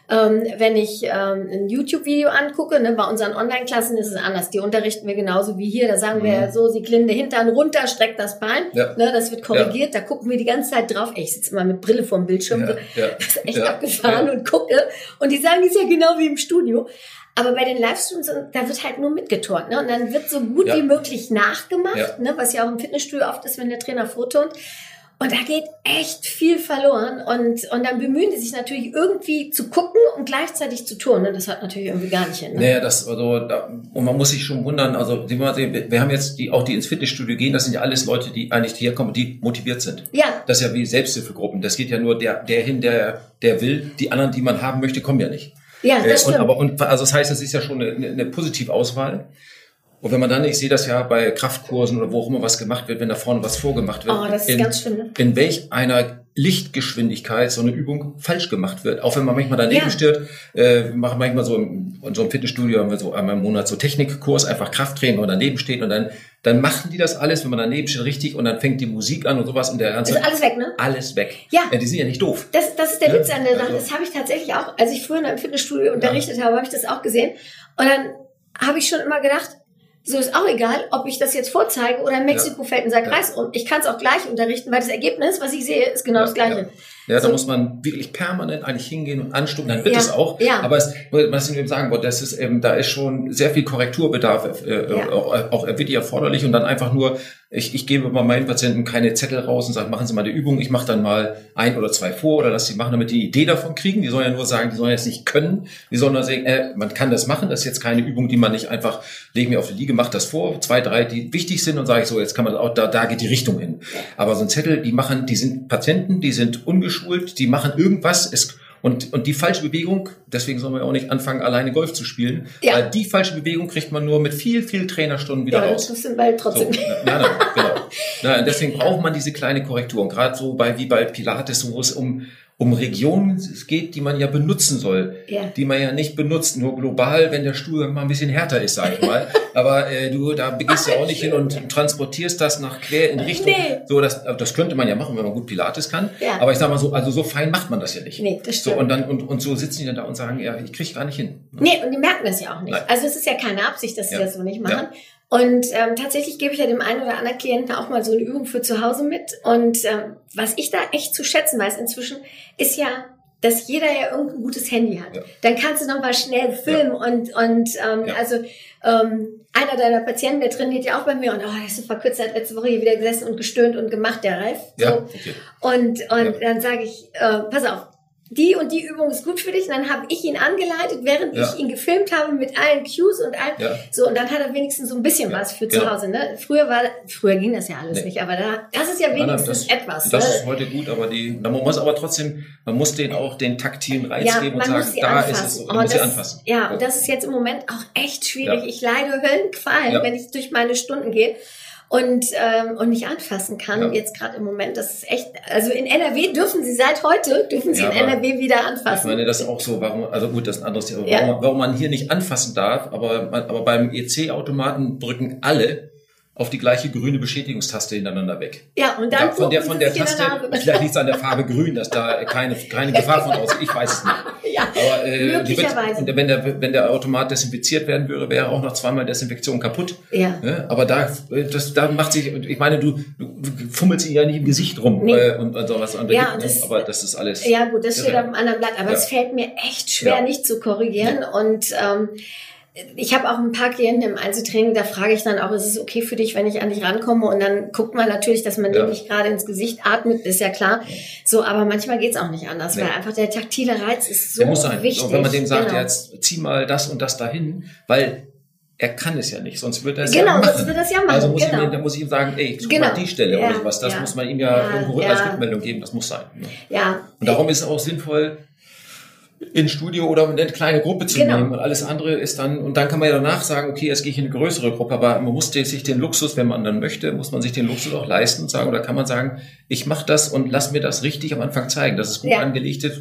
Ähm, wenn ich ähm, ein YouTube-Video angucke, ne, bei unseren Online-Klassen ist es anders. Die unterrichten wir genauso wie hier. Da sagen mhm. wir so, Sieglinde Hintern runter, streckt das Bein. Ja. Ne, das wird korrigiert. Ja. Da gucken wir die ganze Zeit drauf. Ey, ich sitze mal mit Brille vorm Bildschirm. Ja. Ja. Das ist echt ja. abgefahren ja. und gucke. Und die sagen, die ist ja genau wie im Studio. Aber bei den Livestreams, da wird halt nur mitgeturnt, ne? Und dann wird so gut ja. wie möglich nachgemacht, ja. ne? Was ja auch im Fitnessstudio oft ist, wenn der Trainer vorturnt. Und da geht echt viel verloren. Und, und dann bemühen die sich natürlich irgendwie zu gucken und gleichzeitig zu turnen. Das hat natürlich irgendwie gar nicht hin. Ne? Naja, das, also, da, und man muss sich schon wundern, also, wir haben jetzt die, auch die ins Fitnessstudio gehen, das sind ja alles Leute, die eigentlich hierher kommen, die motiviert sind. Ja. Das ist ja wie Selbsthilfegruppen. Das geht ja nur der, der hin, der, der will. Die anderen, die man haben möchte, kommen ja nicht. Ja, das stimmt. Und, aber, und, also das heißt, das ist ja schon eine, eine Positivauswahl. Und wenn man dann, ich sehe das ja bei Kraftkursen oder wo auch immer was gemacht wird, wenn da vorne was vorgemacht wird. Oh, das ist in, ganz schön. In welch einer Lichtgeschwindigkeit so eine Übung falsch gemacht wird. Auch wenn man manchmal daneben ja. stirbt. Äh, wir machen manchmal so im, in so einem Fitnessstudio, haben wir so einmal im Monat so Technikkurs, einfach Krafttraining, wenn man daneben steht und dann, dann machen die das alles, wenn man daneben steht, richtig und dann fängt die Musik an und sowas und der ganze. Ist alles weg, ne? Alles weg. Ja. ja. Die sind ja nicht doof. Das, das ist der ja? Witz an der Sache. Also. Das habe ich tatsächlich auch, als ich früher in einem Fitnessstudio unterrichtet ja. habe, habe ich das auch gesehen. Und dann habe ich schon immer gedacht, so ist auch egal, ob ich das jetzt vorzeige oder in Mexiko ja. fällt unser Kreis um. Ich kann es auch gleich unterrichten, weil das Ergebnis, was ich sehe, ist genau ja, das Gleiche. Ja. Ja, so. Da muss man wirklich permanent eigentlich hingehen und anstimmen, dann wird ja, es auch. Ja. Aber es, was ich eben sagen wollte, das ist eben, da ist schon sehr viel Korrekturbedarf, äh, ja. auch, auch wirklich erforderlich und dann einfach nur, ich, ich gebe bei meinen Patienten keine Zettel raus und sage, machen Sie mal die Übung, ich mache dann mal ein oder zwei vor oder lass sie machen, damit die eine Idee davon kriegen. Die sollen ja nur sagen, die sollen jetzt nicht können, die sollen nur sagen, äh, man kann das machen, das ist jetzt keine Übung, die man nicht einfach, lege mir auf die Liege, mach das vor, zwei, drei, die wichtig sind und sage ich so, jetzt kann man auch, da, da geht die Richtung hin. Aber so ein Zettel, die machen, die sind Patienten, die sind ungeschult, die machen irgendwas, es, und, und die falsche Bewegung, deswegen soll man ja auch nicht anfangen, alleine Golf zu spielen, ja. weil die falsche Bewegung kriegt man nur mit viel, viel Trainerstunden wieder ja, raus. Das sind Ball trotzdem. So, na, na, genau. Na, deswegen braucht man diese kleine Korrektur. Und gerade so bei, wie bei Pilates, wo es um, um Regionen geht, die man ja benutzen soll, ja. die man ja nicht benutzt, nur global, wenn der Stuhl mal ein bisschen härter ist, sag ich mal. Aber äh, du, da gehst ja auch nicht hin und transportierst das nach quer in Richtung. Nee. So, das, das könnte man ja machen, wenn man gut Pilates kann. Ja. Aber ich sag mal so, also so fein macht man das ja nicht. Nee, das stimmt. So, und dann und, und so sitzen die dann da und sagen, ja, ich krieg gar nicht hin. Nee, und die merken das ja auch nicht. Nein. Also es ist ja keine Absicht, dass sie ja. das so nicht machen. Ja. Und ähm, tatsächlich gebe ich ja dem einen oder anderen Klienten auch mal so eine Übung für zu Hause mit. Und ähm, was ich da echt zu schätzen weiß inzwischen, ist ja, dass jeder ja irgendein gutes Handy hat. Ja. Dann kannst du noch mal schnell filmen ja. und und ähm, ja. also ähm, einer deiner Patienten, der trainiert ja auch bei mir und oh, der ist so verkürzt, hat letzte Woche hier wieder gesessen und gestöhnt und gemacht, der Ralf. So. Ja, okay. Und und ja. dann sage ich, äh, pass auf, die und die Übung ist gut für dich. Und dann habe ich ihn angeleitet, während ja. ich ihn gefilmt habe mit allen Cues und allem. Ja. So, und dann hat er wenigstens so ein bisschen ja. was für zu ja. Hause. Ne? Früher war, früher ging das ja alles nee. nicht, aber da, das ist ja wenigstens nein, nein, das, etwas. Das ne? ist heute gut, aber die, man muss aber trotzdem, man muss denen auch den taktilen Reiz ja, geben und sagen, da anfassen. ist es so, man oh, muss das, sie anfassen. Ja, und das ist jetzt im Moment auch echt schwierig. Ja. Ich leide Höllenqualen, ja. wenn ich durch meine Stunden gehe. Und ähm, und nicht anfassen kann, ja. jetzt gerade im Moment, das ist echt, also in N R W dürfen sie seit heute, dürfen sie ja, in N R W wieder anfassen. Ich meine, das ist auch so, warum, also gut, das ist ein anderes Thema, ja. warum, warum man hier nicht anfassen darf, aber, aber beim E C-Automaten drücken alle auf die gleiche grüne Bestätigungstaste hintereinander weg. Ja, und dann ja, von der von der Taste, vielleicht liegt es an der Farbe grün, dass da keine keine Gefahr von ausgeht, ich weiß es nicht. Ja, aber äh, möglicherweise. Und wenn der wenn der Automat desinfiziert werden würde, wäre auch noch zweimal Desinfektion kaputt. Ja. ja aber da das da macht sich, ich meine, du, du fummelst ihn ja nicht im Gesicht rum nee. äh, und, und sowas anderes. Ja, das, aber das ist alles. Ja, gut, das steht ja. auf einem anderen Blatt, aber ja. es fällt mir echt schwer, ja. nicht zu korrigieren ja. und ähm, ich habe auch ein paar Klienten im Einzeltraining, da frage ich dann auch, ist es okay für dich, wenn ich an dich rankomme? Und dann guckt man natürlich, dass man ja. dem nicht gerade ins Gesicht atmet, ist ja klar. So, aber manchmal geht's auch nicht anders, nee. weil einfach der taktile Reiz ist so der muss sein. wichtig. So, wenn man dem sagt, genau. jetzt zieh mal das und das dahin, weil er kann es ja nicht, sonst wird er es genau, ja machen. Genau, sonst wird er es ja machen. Also muss genau. ich, dann muss ich ihm sagen, ey, guck genau. mal die Stelle ja. oder was, das ja. muss man ihm ja, ja irgendwo ja. als Rückmeldung geben, das muss sein. Ne? Ja. Und darum ist es auch sinnvoll, in Studio oder eine kleine Gruppe zu genau. nehmen und alles andere ist dann, und dann kann man ja danach sagen, okay, jetzt gehe ich in eine größere Gruppe, aber man muss sich den Luxus, wenn man dann möchte, muss man sich den Luxus auch leisten und sagen, oder kann man sagen, ich mache das und lass mir das richtig am Anfang zeigen, dass es gut ja. angelegt ist.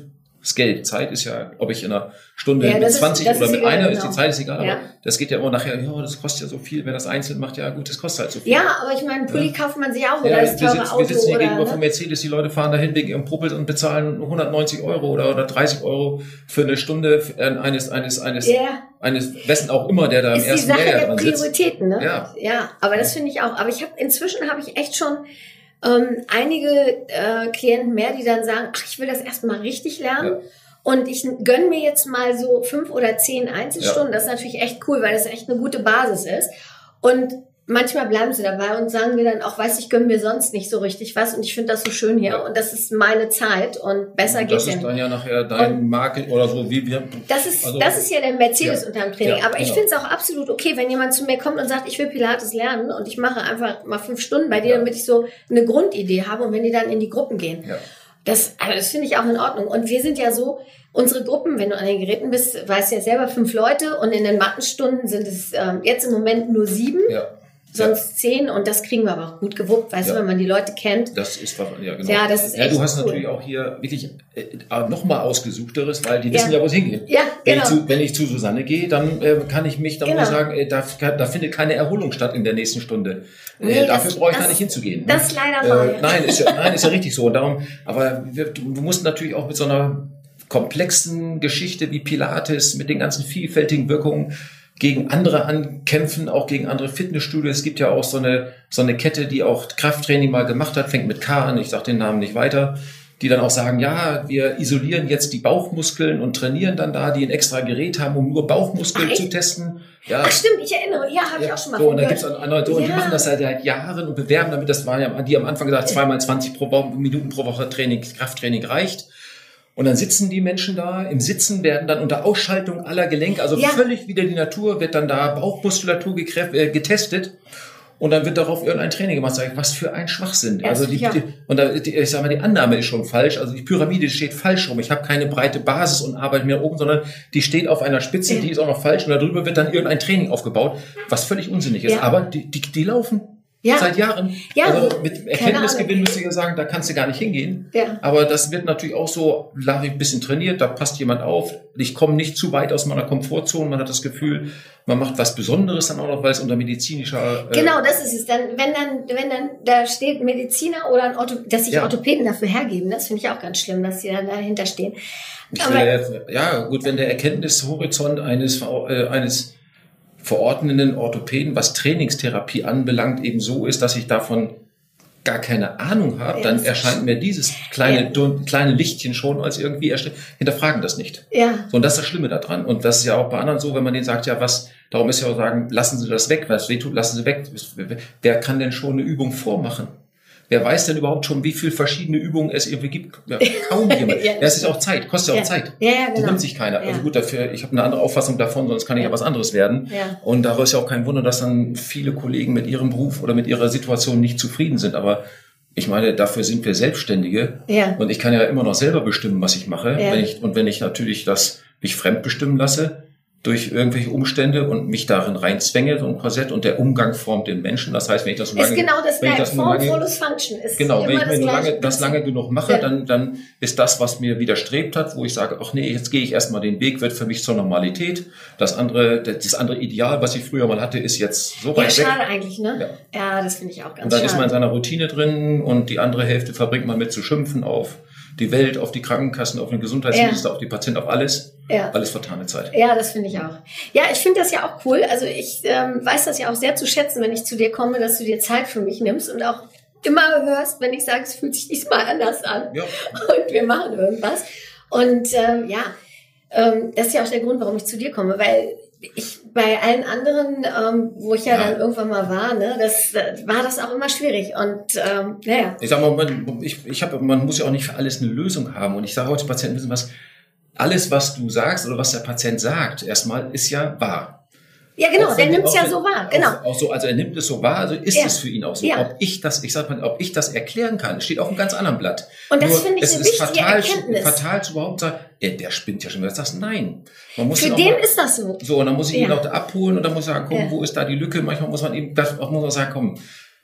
das Geld. Zeit ist ja, ob ich in einer Stunde ja, mit zwanzig ist, oder mit egal, einer, genau. ist die Zeit ist egal, ja. aber das geht ja immer nachher, ja, das kostet ja so viel, wer das einzeln macht, ja gut, das kostet halt so viel. Ja, aber ich meine, Pulli ja. kauft man sich auch, oder ja, das teure wir sitzen, Auto. Wir sitzen hier oder, gegenüber ne? von Mercedes, die Leute fahren dahin wegen ihrem Puppel und bezahlen hundertneunzig Euro oder, oder dreißig Euro für eine Stunde eines, eines, eines, yeah. eines, wessen auch immer, der da im ist ersten Lehrjahr Jahr der dran sitzt. Prioritäten, ne? Ja. Ja, aber das finde ich auch. Aber ich habe, inzwischen habe ich echt schon ähm, einige äh, Klienten mehr, die dann sagen, ach, ich will das erstmal richtig lernen. Ja. Und ich gönne mir jetzt mal so fünf oder zehn Einzelstunden. Ja. Das ist natürlich echt cool, weil das echt eine gute Basis ist. Und manchmal bleiben sie dabei und sagen mir dann auch, weiß ich, gönne mir sonst nicht so richtig was. Und ich finde das so schön hier. Ja. Und das ist meine Zeit. Und besser und geht's ja nicht. Das ist dann ja nachher dein Market oder so, wie wir... Das ist, also, das ist ja der Mercedes ja. unterm Training. Ja, Aber ich genau. finde es auch absolut okay, wenn jemand zu mir kommt und sagt, ich will Pilates lernen und ich mache einfach mal fünf Stunden bei dir, ja. damit ich so eine Grundidee habe. Und wenn die dann in die Gruppen gehen. Ja. Das, also das finde ich auch in Ordnung. Und wir sind ja so, unsere Gruppen, wenn du an den Geräten bist, weißt du ja selber, fünf Leute und in den Mattenstunden sind es ähm, jetzt im Moment nur sieben, ja. sonst ja. zehn und das kriegen wir aber auch gut gewuppt, weißt ja. du, wenn man die Leute kennt. Das ist, ja genau. Ja, das ist ja, echt du hast cool. natürlich auch hier wirklich äh, nochmal ausgesuchteres, weil die wissen ja, ja wo es hingeht. Ja, wenn, genau. ich zu, wenn ich zu Susanne gehe, dann äh, kann ich mich, dann genau. muss ich sagen, äh, da, da findet keine Erholung statt in der nächsten Stunde. Äh, nee, dafür brauche ich das, da nicht hinzugehen. Das ne? leider war äh, Nein, ist ja, nein, ist ja richtig so. Und darum, aber wir, du, du musst natürlich auch mit so einer komplexen Geschichte wie Pilates, mit den ganzen vielfältigen Wirkungen gegen andere ankämpfen, auch gegen andere Fitnessstudios. Es gibt ja auch so eine, so eine Kette, die auch Krafttraining mal gemacht hat, fängt mit K an, ich sage den Namen nicht weiter, die dann auch sagen, ja, wir isolieren jetzt die Bauchmuskeln und trainieren dann da, die ein extra Gerät haben, um nur Bauchmuskeln Ach, zu testen. Ja. Ach stimmt, ich erinnere, ja, habe ja, ich auch schon mal so, und dann gehört. gibt's andere, so, und ja. die machen das seit, seit Jahren und bewerben damit, das waren ja, die am Anfang gesagt, zweimal zwanzig pro Woche, Minuten pro Woche Training, Krafttraining reicht. Und dann sitzen die Menschen da, im Sitzen werden dann unter Ausschaltung aller Gelenke, also ja. völlig wieder die Natur, wird dann da Bauchmuskulatur gekräft, äh, getestet und dann wird darauf irgendein Training gemacht. Sag ich, was für ein Schwachsinn. Ja, also die, ja. die, und da, die, ich sag mal, die Annahme ist schon falsch. Also die Pyramide steht falsch rum. Ich habe keine breite Basis und arbeite mehr oben, sondern die steht auf einer Spitze, ja. die ist auch noch falsch und darüber wird dann irgendein Training aufgebaut, was völlig unsinnig ist. Ja. Aber die, die, die laufen. Ja. Seit Jahren. Ja, also mit Erkenntnisgewinn müsste ich ja sagen, da kannst du gar nicht hingehen. Ja. Aber das wird natürlich auch so, lange ein bisschen trainiert, da passt jemand auf. Ich komme nicht zu weit aus meiner Komfortzone. Man hat das Gefühl, man macht was Besonderes dann auch noch, weil es unter medizinischer... Äh genau, das ist es. Dann, wenn dann, wenn dann da steht Mediziner oder ein Ortho, dass sich ja. Orthopäden dafür hergeben, das finde ich auch ganz schlimm, dass sie dann dahinter stehen. Aber, der, ja, gut, wenn der Erkenntnishorizont eines, äh, eines verordnenden Orthopäden, was Trainingstherapie anbelangt, eben so ist, dass ich davon gar keine Ahnung habe, ja, dann erscheint mir dieses kleine, ja. kleine Lichtchen schon als irgendwie, erst- hinterfragen das nicht. Ja. So, und das ist das Schlimme daran. Und das ist ja auch bei anderen so, wenn man denen sagt, ja, was, darum ist ja auch sagen, lassen Sie das weg, was weh tut, lassen Sie weg. Wer kann denn schon eine Übung vormachen? Wer weiß denn überhaupt schon, wie viele verschiedene Übungen es irgendwie gibt? Ja, kaum jemand. ja, das ist auch Zeit, kostet ja, ja auch Zeit. Ja, ja, genau. Das nimmt sich keiner. Ja. Also gut, dafür, ich habe eine andere Auffassung davon, sonst kann ich ja, ja was anderes werden. Ja. Und da ist ja auch kein Wunder, dass dann viele Kollegen mit ihrem Beruf oder mit ihrer Situation nicht zufrieden sind. Aber ich meine, dafür sind wir Selbstständige. Ja. Und ich kann ja immer noch selber bestimmen, was ich mache. Ja. Wenn ich, und wenn ich natürlich das mich fremdbestimmen lasse, durch irgendwelche Umstände und mich darin reinzwänge, so ein Korsett, und der Umgang formt den Menschen. Das heißt, wenn ich das so lange... Ist genau das, wenn ich das das nur lange, follows function. Ist genau, wenn ich mir nur lange, Gleiche. das lange genug mache, ja. dann, dann ist das, was mir widerstrebt hat, wo ich sage, ach nee, jetzt gehe ich erstmal den Weg, wird für mich zur Normalität. Das andere, das andere Ideal, was ich früher mal hatte, ist jetzt so weit ja, weg. schade eigentlich, ne? Ja, ja das finde ich auch ganz schade. Und dann schade. Ist man in seiner Routine drin und die andere Hälfte verbringt man mit zu schimpfen auf die Welt, auf die Krankenkassen, auf den Gesundheitsminister, ja. auf die Patienten, auf alles. Ja. Alles vertane Zeit. Ja, das finde ich auch. Ja, ich finde das ja auch cool. Also ich ähm, weiß das ja auch sehr zu schätzen, wenn ich zu dir komme, dass du dir Zeit für mich nimmst und auch immer hörst, wenn ich sage, es fühlt sich diesmal anders an. Ja. Und wir machen irgendwas. Und ähm, ja, ähm, das ist ja auch der Grund, warum ich zu dir komme, weil ich bei allen anderen, ähm, wo ich ja, ja dann irgendwann mal war, ne, das äh, war das auch immer schwierig. Und ähm, naja. Ich sag mal, man, ich, ich hab, man muss ja auch nicht für alles eine Lösung haben. Und ich sage heute Patienten wissen was, alles, was du sagst oder was der Patient sagt, erstmal ist ja wahr. Ja, genau, auch der nimmt es ja wenn, so wahr, genau. Auch, auch so, also er nimmt es so wahr, also ist ja. es für ihn auch so. Ja. Ob ich das, ich sag mal, ob ich das erklären kann, steht auf einem ganz anderen Blatt. Und das finde ich es eine ist wichtige fatal, Erkenntnis. fatal zu überhaupt sagen, ja, der spinnt ja schon wieder. Das sagst, nein. Man muss für ihn auch den mal, ist das so. So, und dann muss ich ja. ihn auch da abholen und dann muss ich sagen, komm, ja. wo ist da die Lücke? Manchmal muss man eben, das auch muss man sagen, komm,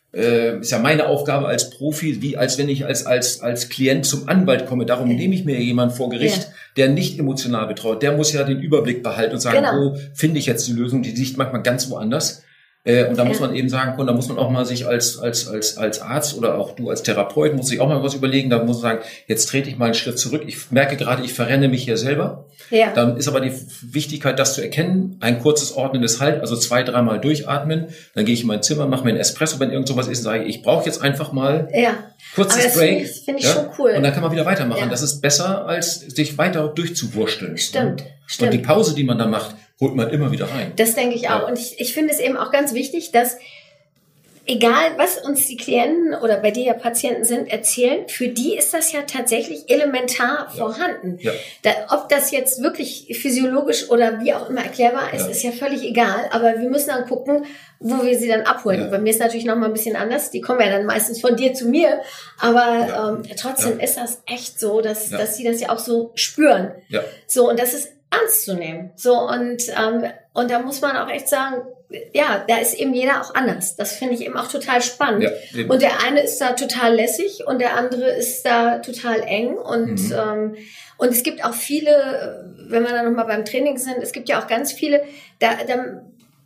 äh, ist ja meine Aufgabe als Profi, wie als wenn ich als als als Klient zum Anwalt komme. Darum nehme ich mir jemanden vor Gericht, ja. der nicht emotional betreut. Der muss ja den Überblick behalten und sagen, genau. wo finde ich jetzt die Lösung? Die liegt manchmal ganz woanders. Äh, und da ja. muss man eben sagen, und da muss man auch mal sich als als als als Arzt oder auch du als Therapeut muss sich auch mal was überlegen. Da muss man sagen, jetzt trete ich mal einen Schritt zurück. Ich merke gerade, ich verrenne mich hier selber. Ja. Dann ist aber die Wichtigkeit, das zu erkennen, ein kurzes ordnendes Halt, also zwei, dreimal durchatmen. Dann gehe ich in mein Zimmer, mache mir einen Espresso, wenn irgend sowas ist, und sage ich, ich brauche jetzt einfach mal ja. kurzes aber das Break. Finde ich, find ich ja? schon cool. Und dann kann man wieder weitermachen. Ja. Das ist besser, als sich weiter durchzuwursteln. Stimmt, ja? stimmt. Und die Pause, die man da macht, holt man immer wieder rein. Das denke ich auch. Ja. Und ich, ich finde es eben auch ganz wichtig, dass egal, was uns die Klienten oder bei dir ja Patienten sind, erzählen, für die ist das ja tatsächlich elementar ja. vorhanden. Ja. Da, ob das jetzt wirklich physiologisch oder wie auch immer erklärbar ist, ja. ist ja völlig egal. Aber wir müssen dann gucken, wo wir sie dann abholen. Ja. Bei mir ist natürlich noch mal ein bisschen anders. Die kommen ja dann meistens von dir zu mir. Aber ja. ähm, trotzdem ja. ist das echt so, dass, ja. dass sie das ja auch so spüren. Ja. So, und das ist ernst zu nehmen. So, und, ähm, und da muss man auch echt sagen, ja, da ist eben jeder auch anders. Das finde ich eben auch total spannend. Ja, und der eine ist da total lässig und der andere ist da total eng. Und, mhm. ähm, und es gibt auch viele, wenn wir dann nochmal beim Training sind, es gibt ja auch ganz viele, da, da,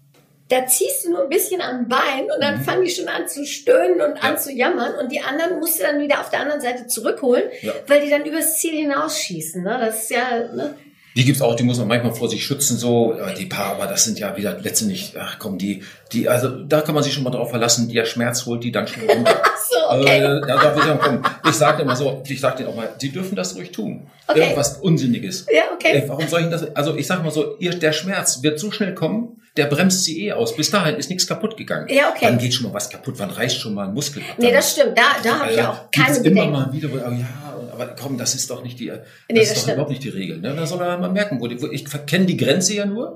da ziehst du nur ein bisschen am Bein und dann mhm. fangen die schon an zu stöhnen und ja. an zu jammern. Und die anderen musst du dann wieder auf der anderen Seite zurückholen, ja. weil die dann übers Ziel hinausschießen. Ne? Das ist ja... Ne? Die gibt's auch, die muss man manchmal vor sich schützen, so, die paar, aber das sind ja wieder letztendlich, ach komm, die, die, also, da kann man sich schon mal drauf verlassen, der Schmerz holt die dann schon runter. Ach so, okay. Äh, da darf ich sagen, komm, ich sag dir mal so, ich sag dir auch mal, sie dürfen das ruhig tun. Okay. Irgendwas Unsinniges. Ja, okay. Äh, warum soll ich das, also, ich sag mal so, ihr, der Schmerz wird so schnell kommen, der bremst sie eh aus. Bis dahin ist nichts kaputt gegangen. Ja, okay. Dann geht schon mal was kaputt, wann reißt schon mal ein Muskel ab. Nee, das stimmt, da, da habe ich auch keine Bedenken. Bedenken. Immer mal wieder, aber ja, aber komm, das ist doch nicht die, das nee, ist das doch stimmt. überhaupt nicht die Regel. Ne? Da soll er mal merken, wo die, wo ich kenne die Grenze ja nur.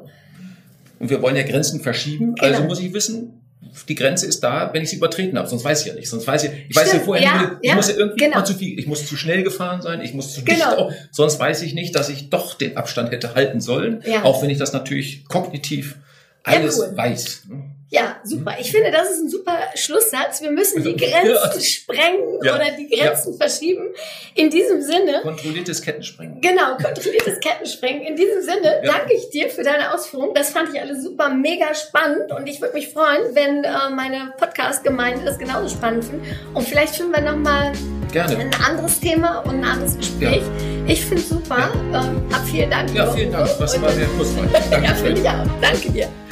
Und wir wollen ja Grenzen verschieben. Genau. Also muss ich wissen, die Grenze ist da, wenn ich sie übertreten habe. Sonst weiß ich ja nicht. Sonst weiß ich, ich weiß ja vorher, ja, nicht, ich ja, muss ja irgendwie genau. mal zu viel, ich muss zu schnell gefahren sein, ich muss zu dicht genau. auch. Sonst weiß ich nicht, dass ich doch den Abstand hätte halten sollen. Ja. Auch wenn ich das natürlich kognitiv alles ja, cool. weiß. Ja, super. Ich finde, das ist ein super Schlusssatz. Wir müssen die Grenzen ja. sprengen ja. oder die Grenzen ja. verschieben. In diesem Sinne. Kontrolliertes Kettensprengen. Genau, kontrolliertes Kettensprengen. In diesem Sinne ja. danke ich dir für deine Ausführungen. Das fand ich alles super, mega spannend. Und ich würde mich freuen, wenn äh, meine Podcast-Gemeinde das genauso spannend findet. Und vielleicht finden wir nochmal ein anderes Thema und ein anderes Gespräch. Ja. Ich finde es super. Ja. Ähm, hab vielen Dank. Ja, vielen Dank. Das war sehr kurzweilig. Danke ja, finde ich auch. Danke dir.